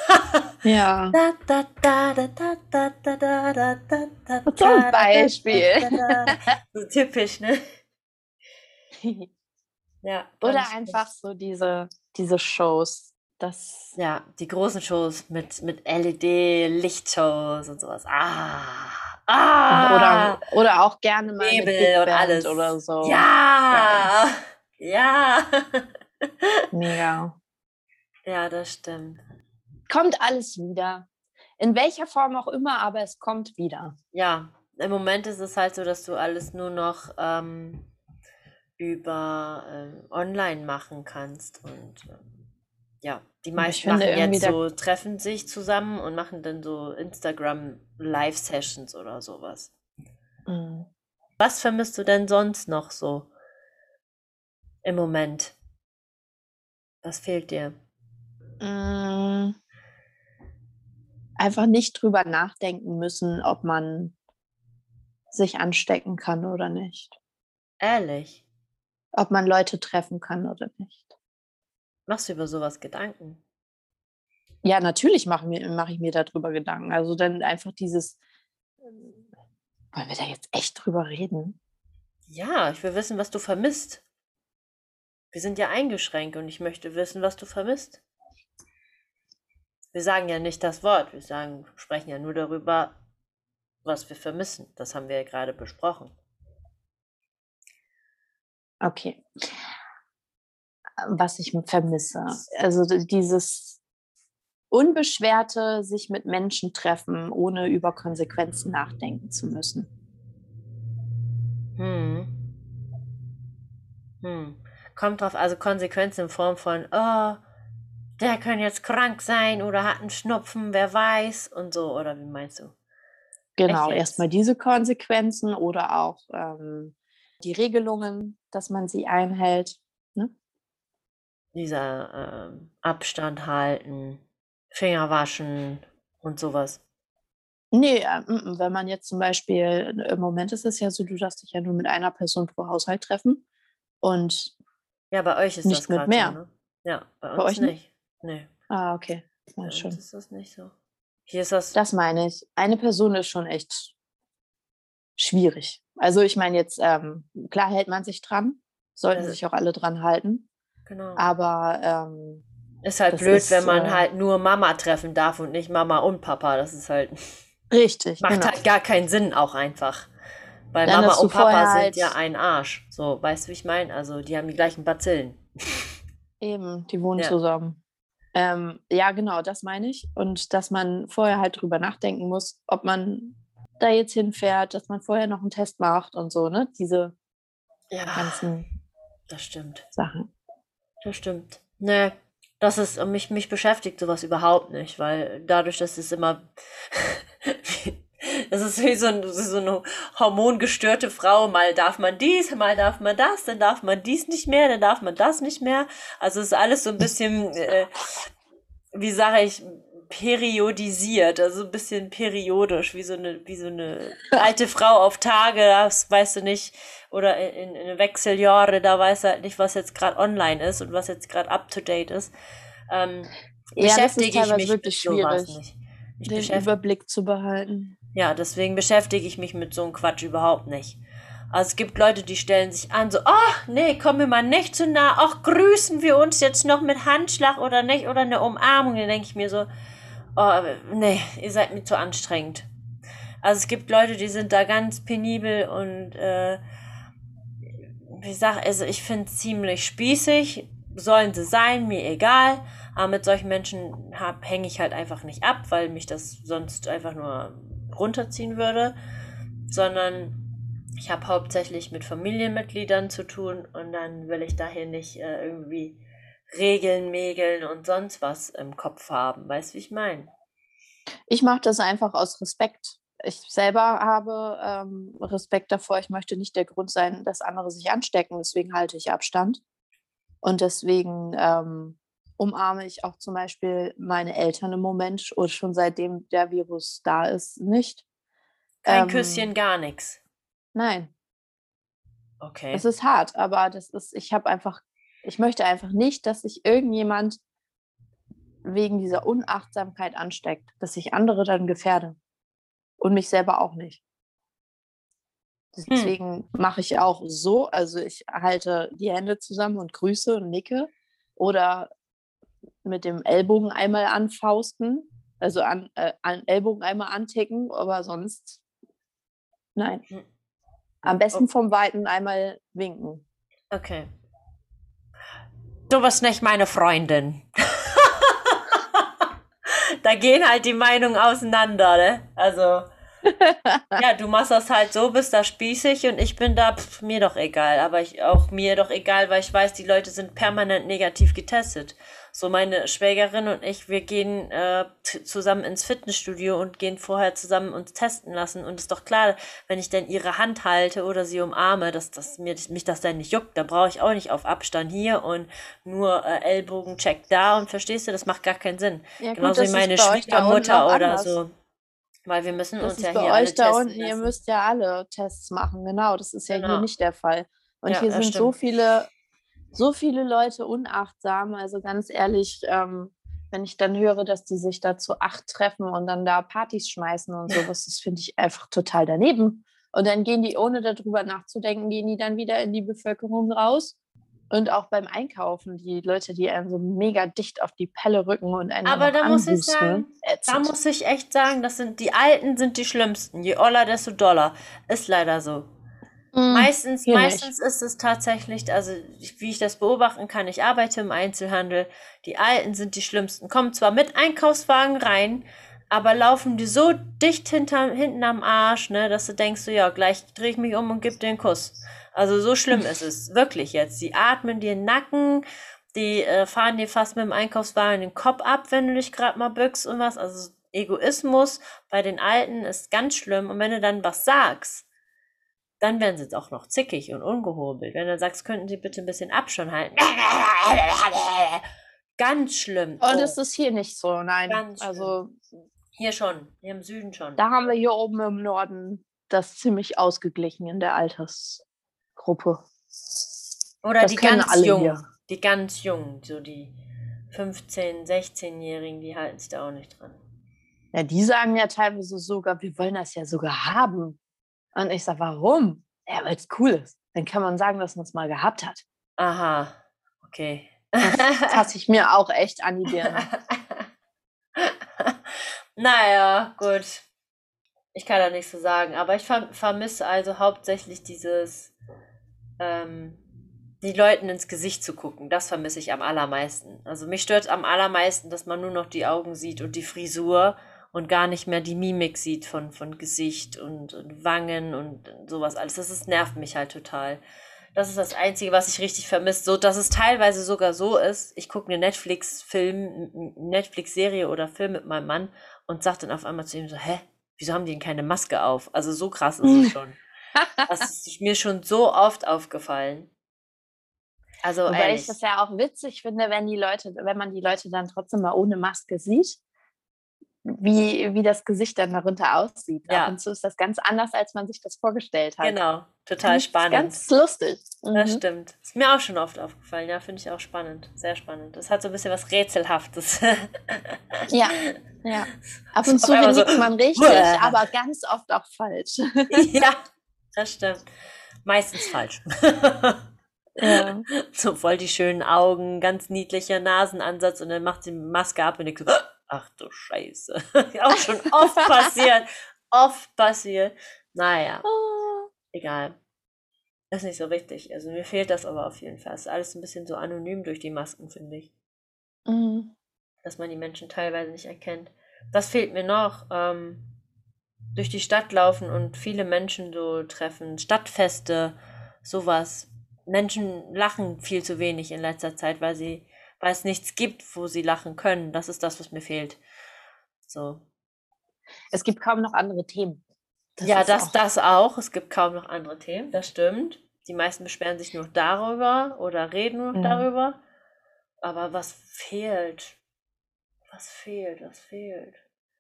Ja. Da, da, da, da, da, da, da, da, da, da, da, Zum da, Beispiel. da, da, da. So typisch, ne? Ja. Oder ganz einfach so diese, diese Shows. Das Ja, die großen Shows mit, mit L E D-Lichtshows und sowas. Ah, oder, ah, oder auch gerne mal mit Big Nebel und Band oder alles. so. Geil. Ja, ja. Mega. Ja, das stimmt. Kommt alles wieder. In welcher Form auch immer, aber es kommt wieder. Ja, im Moment ist es halt so, dass du alles nur noch ähm, über ähm, online machen kannst. Und ähm, ja, die Aber ich meisten finde machen irgendwie, jetzt da, so, treffen sich zusammen und machen dann so Instagram Live-Sessions oder sowas. mm, Was vermisst du denn sonst noch so im Moment? Was fehlt dir? mm, einfach nicht drüber nachdenken müssen, ob man sich anstecken kann oder nicht. Ehrlich, Ob man Leute treffen kann oder nicht. machst du über sowas Gedanken? Ja, natürlich mache mir, mach ich mir darüber Gedanken. Also dann einfach dieses, ähm, wollen wir da jetzt echt drüber reden? Ja, ich will wissen, was du vermisst. Wir sind ja eingeschränkt und ich möchte wissen, was du vermisst. Wir sagen ja nicht das Wort, wir sagen, sprechen ja nur darüber, was wir vermissen. Das haben wir ja gerade besprochen. Okay. Was ich vermisse. Also dieses unbeschwerte sich mit Menschen treffen, ohne über Konsequenzen nachdenken zu müssen. Hm. Hm. Kommt drauf, also Konsequenzen in Form von, oh, der kann jetzt krank sein oder hat einen Schnupfen, wer weiß und so, oder wie meinst du? Echt Genau, jetzt? erstmal diese Konsequenzen oder auch ähm, die Regelungen, dass man sie einhält. Ne? Dieser ähm, Abstand halten, Finger waschen und sowas. Nee, äh, mm, mm, wenn man jetzt zum Beispiel, im Moment ist es ja so, du darfst dich ja nur mit einer Person pro Haushalt treffen und Ja, bei euch ist das nicht mit gerade so, mehr. ne? Ja, bei Bei uns euch nicht? nicht. Nee, Ah, okay. Ja, bei uns schon. ist das nicht so. Hier ist das, Das meine ich. Eine Person ist schon echt schwierig. Also ich meine jetzt, ähm, klar hält man sich dran, sollten das sich auch alle dran halten, genau. aber ähm, Ist halt das blöd, wenn ist man äh, halt nur Mama treffen darf und nicht Mama und Papa. Das ist halt, richtig, macht genau. halt gar keinen Sinn auch einfach. Weil Dann, Mama dass du und Papa vorher sind halt ja ein Arsch. So, weißt du, wie ich meine? Also, die haben die gleichen Bazillen. eben, die wohnen Ja. zusammen. Ähm, ja, genau, das meine ich. Und dass man vorher halt drüber nachdenken muss, ob man da jetzt hinfährt, dass man vorher noch einen Test macht und so, ne? Diese Ja, ganzen das stimmt. Sachen. Das stimmt. Ne, das ist, mich, mich beschäftigt sowas überhaupt nicht, weil dadurch, dass es immer, das ist wie so, ein, so eine hormongestörte Frau, mal darf man dies, mal darf man das, dann darf man dies nicht mehr, dann darf man das nicht mehr. Also es ist alles so ein bisschen, äh, wie sage ich, periodisiert, also ein bisschen periodisch, wie so eine, wie so eine alte Frau auf Tage, das weißt du nicht, oder in, in Wechseljahre, da weiß er halt nicht, was jetzt gerade online ist und was jetzt gerade up to date ist. Ähm, Ja, das ist beschäftige ich teilweise mich wirklich mit sowas schwierig, nicht. Ich den beschäftige, Überblick zu behalten. ja, deswegen beschäftige ich mich mit so einem Quatsch überhaupt nicht. Also es gibt Leute, die stellen sich an, so, ach nee, komm mir mal nicht zu nah, ach, grüßen wir uns jetzt noch mit Handschlag oder nicht, oder eine Umarmung. Dann denke ich mir so, oh, nee, ihr seid mir zu anstrengend. Also es gibt Leute, die sind da ganz penibel und äh, wie gesagt, also ich finde es ziemlich spießig. Sollen sie sein, mir egal. Aber mit solchen Menschen hänge ich halt einfach nicht ab, weil mich das sonst einfach nur runterziehen würde. Sondern ich habe hauptsächlich mit Familienmitgliedern zu tun und dann will ich daher nicht äh, irgendwie Regeln, Mägeln und sonst was im Kopf haben. Weißt du, wie ich meine? Ich mache das einfach aus Respekt. Ich selber habe ähm, Respekt davor. Ich möchte nicht der Grund sein, dass andere sich anstecken. Deswegen halte ich Abstand. Und deswegen ähm, umarme ich auch zum Beispiel meine Eltern im Moment oder schon seitdem der Virus da ist, nicht. Kein Küsschen, Ähm, gar nichts. nein, Okay. es ist hart, aber das ist, ich habe einfach, ich möchte einfach nicht, dass sich irgendjemand wegen dieser Unachtsamkeit ansteckt, dass ich andere dann gefährde und mich selber auch nicht. Hm. Deswegen mache ich auch so, also ich halte die Hände zusammen und grüße und nicke oder mit dem Ellbogen einmal anfausten, also an, äh, an Ellbogen einmal anticken, aber sonst nein. Hm. Am besten Oh, vom Weiten einmal winken. okay. Du bist nicht meine Freundin. Da gehen halt die Meinungen auseinander, ne? Also, ja, du machst das halt so, bist da spießig und ich bin da, pff, mir doch egal. Aber ich auch mir doch egal, weil ich weiß, die Leute sind permanent negativ getestet. So meine Schwägerin und ich, wir gehen äh, t- zusammen ins Fitnessstudio und gehen vorher zusammen uns testen lassen. Und ist doch klar, wenn ich dann ihre Hand halte oder sie umarme, dass, dass mir, mich das dann nicht juckt. Da brauche ich auch nicht auf Abstand hier und nur äh, Ellbogencheck da. Und verstehst du, das macht gar keinen Sinn. Ja gut, Genauso wie das ist meine bei euch da unten auch Schwiegermutter oder anders. so. Weil wir müssen Das uns ja ist bei hier alle euch da testen unten, ihr lassen. müsst ja alle Tests machen, genau. Das ist ja hier Genau. nicht der Fall. Und Ja, hier das sind so stimmt. viele, so viele Leute unachtsam. Also ganz ehrlich, ähm, wenn ich dann höre, dass die sich da zu acht treffen und dann da Partys schmeißen und sowas, das finde ich einfach total daneben. Und dann gehen die, ohne darüber nachzudenken, gehen die dann wieder in die Bevölkerung raus. Und auch beim Einkaufen, die Leute, die einem so mega dicht auf die Pelle rücken und einen dann Aber noch da muss ich sagen, anhusten. da Ätzend. muss ich echt sagen, das sind die Alten sind die schlimmsten. Je oller, desto doller. Ist leider so. Mm, Meistens, hier nicht. meistens ist es tatsächlich, also ich- wie ich das beobachten kann, ich arbeite im Einzelhandel, die Alten sind die schlimmsten, kommen zwar mit Einkaufswagen rein, aber laufen die so dicht hinter, hinten am Arsch, ne, dass du denkst, so, ja, gleich drehe ich mich um und gebe dir einen Kuss. Also so schlimm ist es, wirklich jetzt. Die atmen dir in den Nacken, die äh, fahren dir fast mit dem Einkaufswagen den Kopf ab, wenn du dich gerade mal bückst und was. Also Egoismus bei den Alten ist ganz schlimm. Und wenn du dann was sagst, dann werden sie jetzt auch noch zickig und ungehobelt. Wenn du sagst, könnten sie bitte ein bisschen Abstand halten. Ganz schlimm. Und Oh, es ist hier nicht so, nein. ganz schlimm. Also Hier schon, hier im Süden schon. da haben wir hier oben im Norden das ziemlich ausgeglichen in der Altersgruppe. Oder Das die können ganz alle Jungen. hier. Die ganz Jungen, so die fünfzehn-, sechzehn-Jährigen, die halten sich da auch nicht dran. Ja, die sagen ja teilweise sogar, wir wollen das ja sogar haben. Und ich sage, warum? Ja, weil es cool ist. Dann kann man sagen, dass man es mal gehabt hat. Aha, okay. Da fasse ich mir auch echt an die Birne. Naja, gut. Ich kann da nichts zu sagen, aber ich ver vermisse also hauptsächlich dieses, ähm, die Leuten ins Gesicht zu gucken. Das vermisse ich am allermeisten. Also mich stört am allermeisten, dass man nur noch die Augen sieht und die Frisur und gar nicht mehr die Mimik sieht von, von Gesicht und, und Wangen und sowas alles. Das ist, nervt mich halt total. Das ist das Einzige, was ich richtig vermisse. So, dass es teilweise sogar so ist, ich gucke eine Netflix-Film, Netflix-Serie oder Film mit meinem Mann und sage dann auf einmal zu ihm so, hä, wieso haben die denn keine Maske auf? Also so krass ist es schon. Das ist mir schon so oft aufgefallen. Also Wobei ehrlich. ich das ja auch witzig finde, wenn die Leute, wenn man die Leute dann trotzdem mal ohne Maske sieht, wie, wie das Gesicht dann darunter aussieht. Ja. Ab und zu ist das ganz anders, als man sich das vorgestellt hat. Genau, total Ganz, spannend. ganz lustig. Das Mhm. stimmt. Ist mir auch schon oft aufgefallen. Ja, finde ich auch spannend. Sehr spannend. Das hat so ein bisschen was Rätselhaftes. Ja, ja. Ab und Auf zu einmal so, liegt man richtig, "Uah." aber ganz oft auch falsch. Ja, das stimmt. Meistens falsch. Ja. So voll die schönen Augen, ganz niedlicher Nasenansatz und dann macht sie die Maske ab und ich so, ach du Scheiße. Auch schon oft passiert. Oft passiert. Naja, Oh. egal. Das ist nicht so wichtig. Also mir fehlt das aber auf jeden Fall. Es ist alles ein bisschen so anonym durch die Masken, finde ich. Mhm. Dass man die Menschen teilweise nicht erkennt. Das fehlt mir noch. Ähm, durch die Stadt laufen und viele Menschen so treffen. Stadtfeste, sowas. Menschen lachen viel zu wenig in letzter Zeit, weil sie, weil es nichts gibt, wo sie lachen können. Das ist das, was mir fehlt. So. Es gibt kaum noch andere Themen. Das Ja, ist das, auch- das auch. Es gibt kaum noch andere Themen, das stimmt. Die meisten beschweren sich nur darüber oder reden nur Mhm. darüber. Aber was fehlt? Was fehlt? Was fehlt?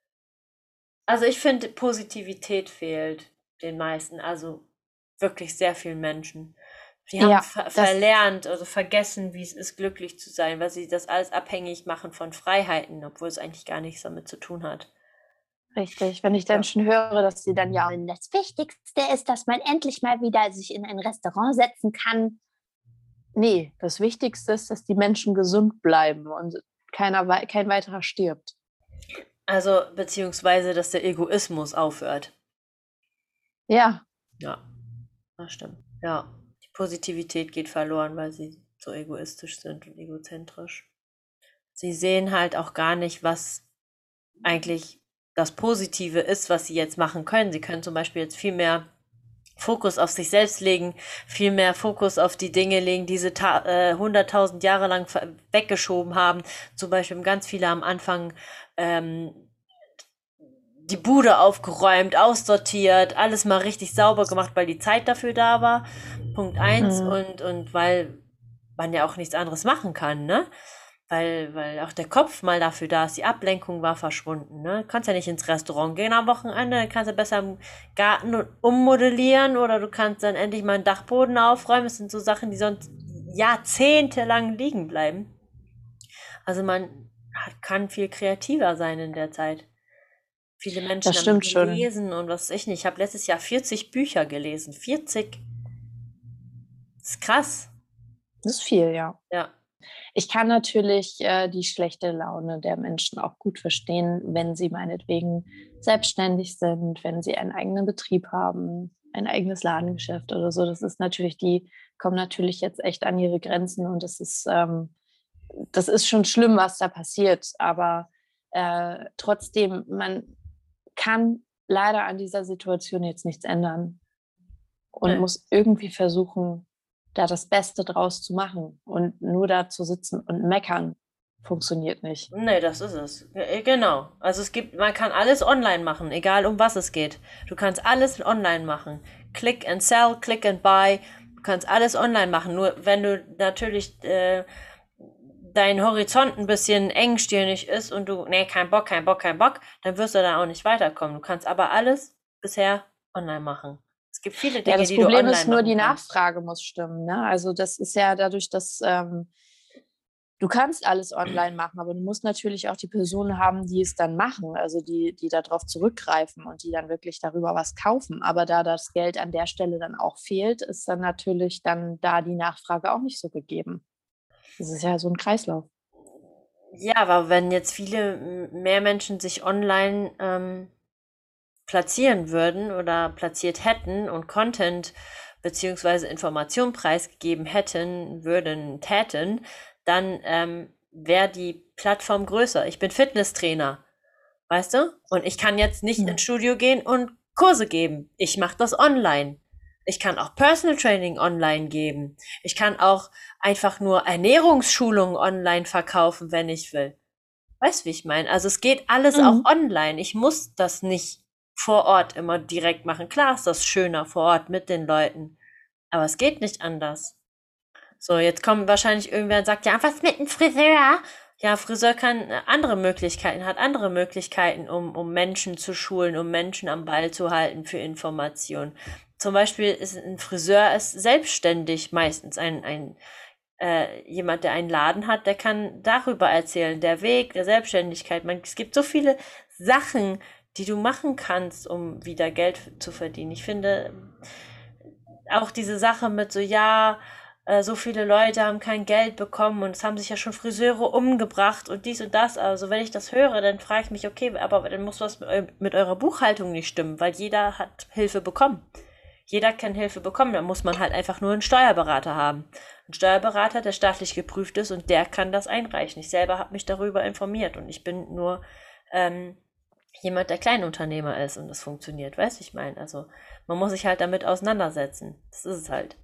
Also ich finde, Positivität fehlt den meisten, also wirklich sehr vielen Menschen. Die haben Ja, ver das- verlernt, also vergessen, wie es ist, glücklich zu sein, weil sie das alles abhängig machen von Freiheiten, obwohl es eigentlich gar nichts damit zu tun hat. Richtig, wenn ich dann Ja. schon höre, dass sie dann ja, das Wichtigste ist, dass man endlich mal wieder sich in ein Restaurant setzen kann. Nee, das Wichtigste ist, dass die Menschen gesund bleiben. Und keiner, kein weiterer stirbt. Also, beziehungsweise, dass der Egoismus aufhört. Ja. Ja, das stimmt. Ja, die Positivität geht verloren, weil sie so egoistisch sind und egozentrisch. Sie sehen halt auch gar nicht, was eigentlich das Positive ist, was sie jetzt machen können. Sie können zum Beispiel jetzt viel mehr Fokus auf sich selbst legen, viel mehr Fokus auf die Dinge legen, die sie äh, hunderttausend Jahre lang weggeschoben haben. Zum Beispiel haben ganz viele am Anfang ähm, die Bude aufgeräumt, aussortiert, alles mal richtig sauber gemacht, weil die Zeit dafür da war. Punkt eins. Mhm. Und, und weil man ja auch nichts anderes machen kann, ne? Weil, weil auch der Kopf mal dafür da ist, die Ablenkung war verschwunden, ne? Du kannst ja nicht ins Restaurant gehen am Wochenende, kannst du besser im Garten ummodellieren oder du kannst dann endlich mal einen Dachboden aufräumen. Das sind so Sachen, die sonst jahrzehntelang liegen bleiben. Also man kann viel kreativer sein in der Zeit. Viele Menschen das stimmt haben gelesen schon. Und was weiß ich nicht. Ich habe letztes Jahr vierzig Bücher gelesen. vierzig. Das ist krass. Das ist viel, ja. Ja. Ich kann natürlich äh, die schlechte Laune der Menschen auch gut verstehen, wenn sie meinetwegen selbstständig sind, wenn sie einen eigenen Betrieb haben, ein eigenes Ladengeschäft oder so. Das ist natürlich, die kommen natürlich jetzt echt an ihre Grenzen und das ist, ähm, das ist schon schlimm, was da passiert. Aber äh, trotzdem, man kann leider an dieser Situation jetzt nichts ändern und nee. muss irgendwie versuchen, da das Beste draus zu machen. Und nur da zu sitzen und meckern funktioniert nicht. Nee, das ist es. Genau. Also es gibt, man kann alles online machen, egal um was es geht. Du kannst alles online machen. Click and sell, click and buy. Du kannst alles online machen. Nur wenn du natürlich äh, dein Horizont ein bisschen engstirnig ist und du, nee, kein Bock, kein Bock, kein Bock, dann wirst du da auch nicht weiterkommen. Du kannst aber alles bisher online machen. Es gibt viele Dinge, ja, das die Problem du online ist nur, die kannst. Nachfrage muss stimmen. Ne? Also das ist ja dadurch, dass ähm, du kannst alles online machen, aber du musst natürlich auch die Personen haben, die es dann machen, also die, die darauf zurückgreifen und die dann wirklich darüber was kaufen. Aber da das Geld an der Stelle dann auch fehlt, ist dann natürlich dann da die Nachfrage auch nicht so gegeben. Das ist ja so ein Kreislauf. Ja, aber wenn jetzt viele mehr Menschen sich online ähm, platzieren würden oder platziert hätten und Content beziehungsweise Information preisgegeben hätten, würden, täten, dann ähm, wäre die Plattform größer. Ich bin Fitnesstrainer, weißt du? Und ich kann jetzt nicht ja. ins Studio gehen und Kurse geben. Ich mache das online. Ich kann auch Personal Training online geben. Ich kann auch einfach nur Ernährungsschulungen online verkaufen, wenn ich will. Weißt du, wie ich meine? Also es geht alles mhm. auch online. Ich muss das nicht vor Ort immer direkt machen. Klar ist das schöner vor Ort mit den Leuten. Aber es geht nicht anders. So, jetzt kommt wahrscheinlich irgendwer und sagt, ja, was mit dem Friseur? Ja, Friseur kann andere Möglichkeiten, hat andere Möglichkeiten, um, um Menschen zu schulen, um Menschen am Ball zu halten für Informationen. Zum Beispiel ist ein Friseur ist selbstständig meistens ein, ein äh, jemand, der einen Laden hat, der kann darüber erzählen, der Weg der Selbstständigkeit. Man, es gibt so viele Sachen, die du machen kannst, um wieder Geld zu verdienen. Ich finde auch diese Sache mit so, ja, so viele Leute haben kein Geld bekommen und es haben sich ja schon Friseure umgebracht und dies und das. Also wenn ich das höre, dann frage ich mich, okay, aber dann muss was mit eurer Buchhaltung nicht stimmen, weil jeder hat Hilfe bekommen. Jeder kann Hilfe bekommen, dann muss man halt einfach nur einen Steuerberater haben. Ein Steuerberater, der staatlich geprüft ist und der kann das einreichen. Ich selber habe mich darüber informiert und ich bin nur ähm, jemand, der Kleinunternehmer ist und das funktioniert, weißt du, ich meine. Also man muss sich halt damit auseinandersetzen. Das ist es halt.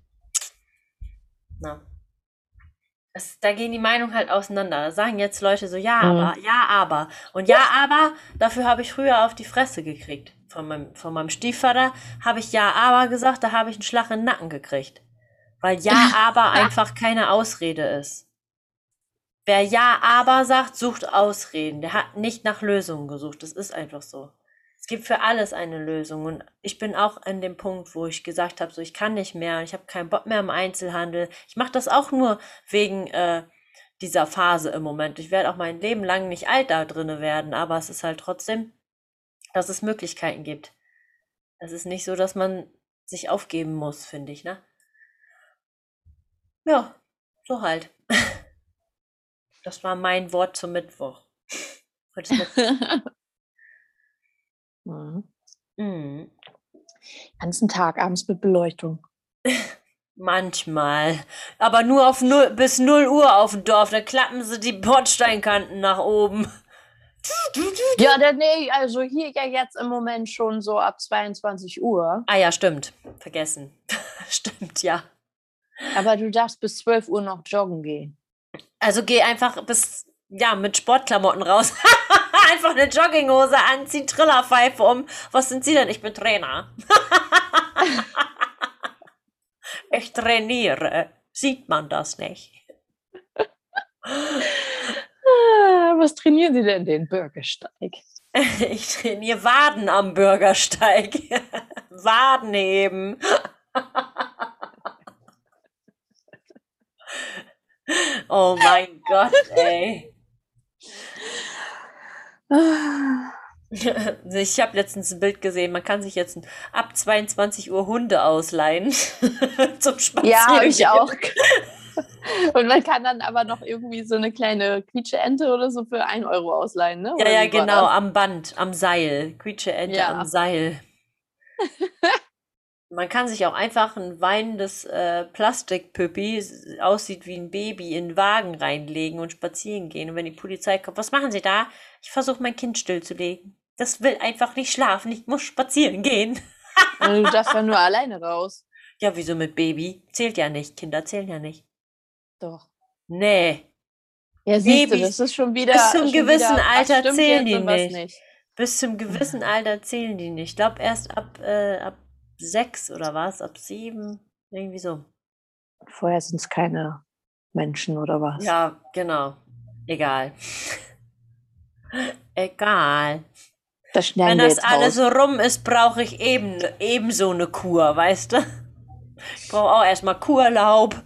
Na. Das, da gehen die Meinungen halt auseinander. Da sagen jetzt Leute so, ja, mhm. aber, ja, aber. Und ja, aber, dafür habe ich früher auf die Fresse gekriegt. Von meinem, von meinem Stiefvater habe ich ja, aber gesagt, da habe ich einen Schlag in den Nacken gekriegt. Weil ja, aber einfach keine Ausrede ist. Wer ja, aber sagt, sucht Ausreden. Der hat nicht nach Lösungen gesucht. Das ist einfach so. Es gibt für alles eine Lösung und ich bin auch an dem Punkt, wo ich gesagt habe, so ich kann nicht mehr, ich habe keinen Bock mehr im Einzelhandel. Ich mache das auch nur wegen äh, dieser Phase im Moment. Ich werde auch mein Leben lang nicht alt da drinne werden, aber es ist halt trotzdem, dass es Möglichkeiten gibt. Es ist nicht so, dass man sich aufgeben muss, finde ich, ne? Ja, so halt. Das war mein Wort zum Mittwoch. Heute ist Mittwoch. Mhm. Mhm. Ganzen Tag abends mit Beleuchtung. Manchmal. Aber nur auf null, bis null Uhr auf dem Dorf. Da klappen sie die Bordsteinkanten nach oben. Ja, der, nee, also hier ja jetzt im Moment schon so ab zweiundzwanzig Uhr. Ah ja, stimmt. Vergessen. Stimmt, ja. Aber du darfst bis zwölf Uhr noch joggen gehen. Also geh einfach bis, ja, mit Sportklamotten raus. Einfach eine Jogginghose anziehen, Trillerpfeife um. Was sind Sie denn? Ich bin Trainer. Ich trainiere. Sieht man das nicht? Was trainieren Sie denn? Den Bürgersteig? Ich trainiere Waden am Bürgersteig. Waden heben. Oh mein Gott, ey. Ich habe letztens ein Bild gesehen, man kann sich jetzt ab zweiundzwanzig Uhr Hunde ausleihen zum Spazieren. Ja, habe ich auch. Und man kann dann aber noch irgendwie so eine kleine Quietsche-Ente oder so für ein Euro ausleihen, ne? Ja, Oder ja, wie war genau, das? am Band, am Seil. Quietsche-Ente Ja. am Seil. Man kann sich auch einfach ein weinendes äh, Plastikpüppi, s- aussieht wie ein Baby, in den Wagen reinlegen und spazieren gehen. Und wenn die Polizei kommt, was machen Sie da? Ich versuche mein Kind stillzulegen. Das will einfach nicht schlafen, ich muss spazieren gehen. Und du darfst ja nur alleine raus. Ja, wieso mit Baby? Zählt ja nicht, Kinder zählen ja nicht. Doch. Nee, Ja, siehst du, Babys das ist schon wieder. bis zum schon gewissen wieder, Alter was stimmt zählen jetzt die und was nicht. nicht. bis zum gewissen Alter zählen die nicht. Ich glaube erst ab, äh, ab sechs oder was, ab sieben, irgendwie so. Vorher sind es keine Menschen oder was? Ja, genau. Egal. Egal. Das schneiden Wenn wir das jetzt alles raus. so rum ist, brauche ich eben ebenso eine Kur, weißt du? Ich brauche auch erstmal Kurlaub.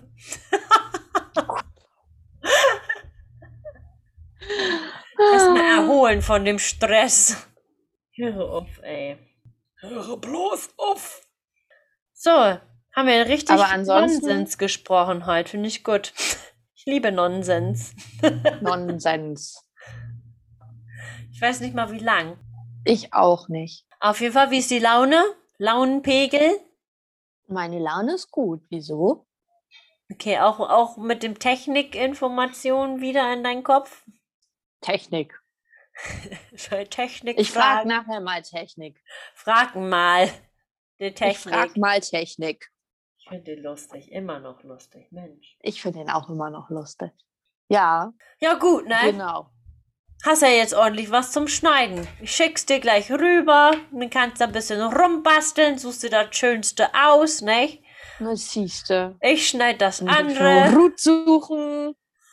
Erstmal erholen von dem Stress. Hör auf, ey. Höre bloß auf. So, haben wir richtig Aber ansonsten- Nonsens gesprochen heute. Finde ich gut. Ich liebe Nonsens. Nonsens. Ich weiß nicht mal, wie lang. Ich auch nicht. Auf jeden Fall, wie ist die Laune? Launenpegel? Meine Laune ist gut. Wieso? Okay, auch, auch mit dem Technikinformationen wieder in deinen Kopf? Technik. Technik Ich frage fragen. nachher mal Technik. Frag mal. Die Ich frage Technik. mal Technik. Ich finde den lustig. Immer noch lustig. Mensch. Ich finde den auch immer noch lustig. Ja, Ja, gut, ne? genau. Hast ja jetzt ordentlich was zum Schneiden. Ich schick's dir gleich rüber. Dann kannst du ein bisschen rumbasteln. Suchst dir das Schönste aus, ne? Na, siehste. Ich schneide das Andere. andere. Root suchen.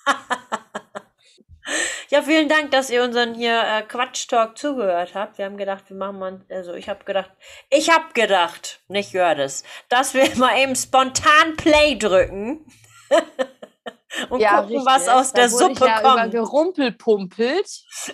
Ja, vielen Dank, dass ihr unseren hier äh, Quatsch-Talk zugehört habt. Wir haben gedacht, wir machen mal, also ich habe gedacht, ich habe gedacht, nicht Jördis, dass wir mal eben spontan Play drücken und Ja, gucken, richtig. was aus Da der wurde Suppe ich ja kommt. über gerumpelpumpelt.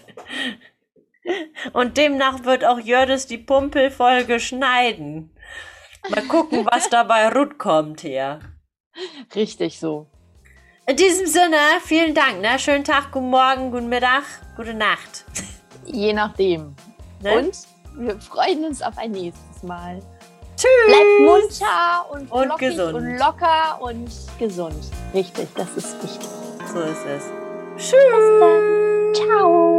Und demnach wird auch Jördis die Pumpelfolge schneiden. Mal gucken, was dabei Ruth kommt hier. Richtig so. In diesem Sinne, vielen Dank, ne? Schönen Tag, guten Morgen, guten Mittag, gute Nacht. Je nachdem. Ne? Und wir freuen uns auf ein nächstes Mal. Tschüss! Bleibt munter und, Und flockig gesund. und locker und gesund. Richtig, das ist wichtig. So ist es. Tschüss! Ciao!